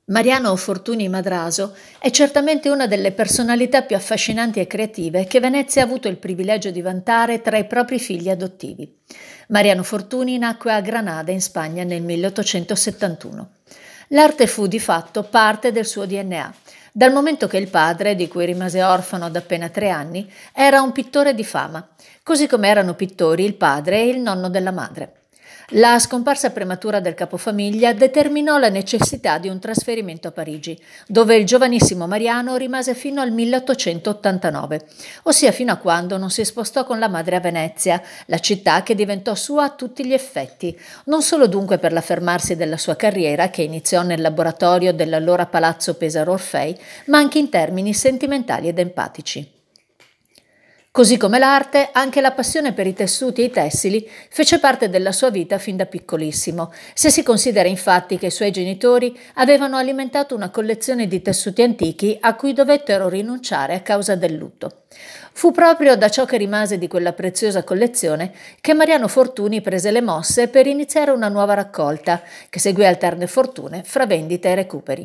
Mariano Fortuny Madraso è certamente una delle personalità più affascinanti e creative che Venezia ha avuto il privilegio di vantare tra i propri figli adottivi. Mariano Fortuny nacque a Granada, in Spagna, nel 1871. L'arte fu di fatto parte del suo DNA, dal momento che il padre, di cui rimase orfano ad appena 3 anni, era un pittore di fama, così come erano pittori il padre e il nonno della madre. La scomparsa prematura del capofamiglia determinò la necessità di un trasferimento a Parigi, dove il giovanissimo Mariano rimase fino al 1889, ossia fino a quando non si spostò con la madre a Venezia, la città che diventò sua a tutti gli effetti, non solo dunque per l'affermarsi della sua carriera, che iniziò nel laboratorio dell'allora Palazzo Pesaro Orfei, ma anche in termini sentimentali ed empatici. Così come l'arte, anche la passione per i tessuti e i tessili fece parte della sua vita fin da piccolissimo, se si considera infatti che i suoi genitori avevano alimentato una collezione di tessuti antichi a cui dovettero rinunciare a causa del lutto. Fu proprio da ciò che rimase di quella preziosa collezione che Mariano Fortuny prese le mosse per iniziare una nuova raccolta, che seguì alterne fortune fra vendite e recuperi.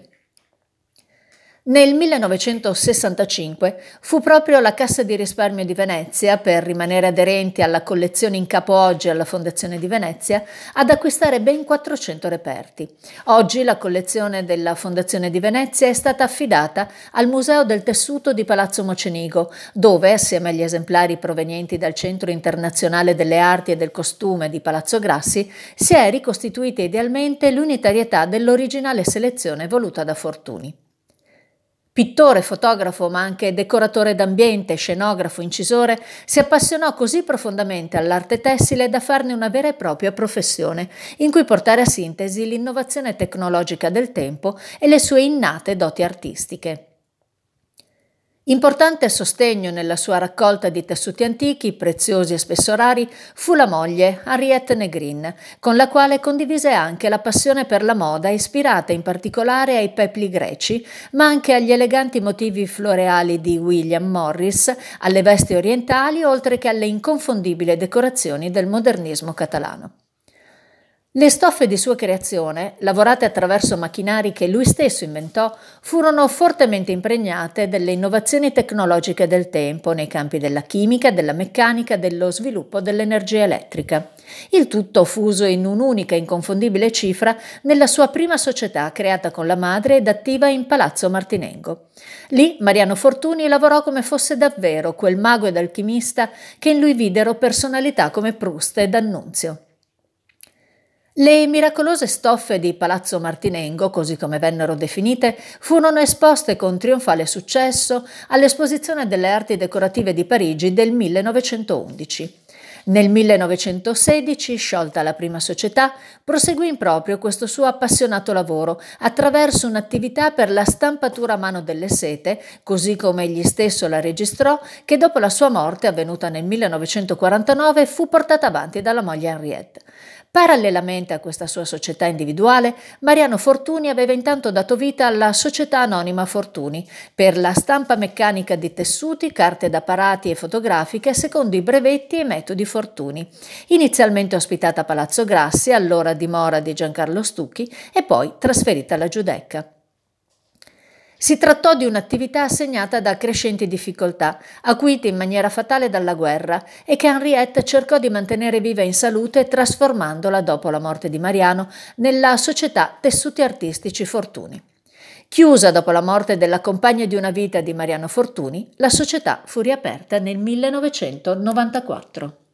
Nel 1965 fu proprio la Cassa di risparmio di Venezia, per rimanere aderenti alla collezione in capo oggi alla Fondazione di Venezia, ad acquistare ben 400 reperti. Oggi la collezione della Fondazione di Venezia è stata affidata al Museo del Tessuto di Palazzo Mocenigo, dove, assieme agli esemplari provenienti dal Centro Internazionale delle Arti e del Costume di Palazzo Grassi, si è ricostituita idealmente l'unitarietà dell'originale selezione voluta da Fortuny. Pittore, fotografo, ma anche decoratore d'ambiente, scenografo, incisore, si appassionò così profondamente all'arte tessile da farne una vera e propria professione, in cui portare a sintesi l'innovazione tecnologica del tempo e le sue innate doti artistiche. Importante sostegno nella sua raccolta di tessuti antichi, preziosi e spesso rari, fu la moglie, Henriette Negrin, con la quale condivise anche la passione per la moda, ispirata in particolare ai pepli greci, ma anche agli eleganti motivi floreali di William Morris, alle vesti orientali, oltre che alle inconfondibili decorazioni del modernismo catalano. Le stoffe di sua creazione, lavorate attraverso macchinari che lui stesso inventò, furono fortemente impregnate delle innovazioni tecnologiche del tempo nei campi della chimica, della meccanica e dello sviluppo dell'energia elettrica. Il tutto fuso in un'unica inconfondibile cifra nella sua prima società creata con la madre ed attiva in Palazzo Martinengo. Lì Mariano Fortuny lavorò come fosse davvero quel mago ed alchimista che in lui videro personalità come Proust ed D'Annunzio. Le miracolose stoffe di Palazzo Martinengo, così come vennero definite, furono esposte con trionfale successo all'Esposizione delle Arti Decorative di Parigi del 1911. Nel 1916, sciolta la prima società, proseguì in proprio questo suo appassionato lavoro attraverso un'attività per la stampatura a mano delle sete, così come egli stesso la registrò, che dopo la sua morte, avvenuta nel 1949, fu portata avanti dalla moglie Henriette. Parallelamente a questa sua società individuale, Mariano Fortuny aveva intanto dato vita alla Società Anonima Fortuny per la stampa meccanica di tessuti, carte d'apparati e fotografiche secondo i brevetti e metodi Fortuny, inizialmente ospitata a Palazzo Grassi, allora dimora di Giancarlo Stucchi, e poi trasferita alla Giudecca. Si trattò di un'attività segnata da crescenti difficoltà, acuite in maniera fatale dalla guerra, e che Henriette cercò di mantenere viva in salute trasformandola, dopo la morte di Mariano, nella società Tessuti Artistici Fortuny. Chiusa dopo la morte della compagna di una vita di Mariano Fortuny, la società fu riaperta nel 1994.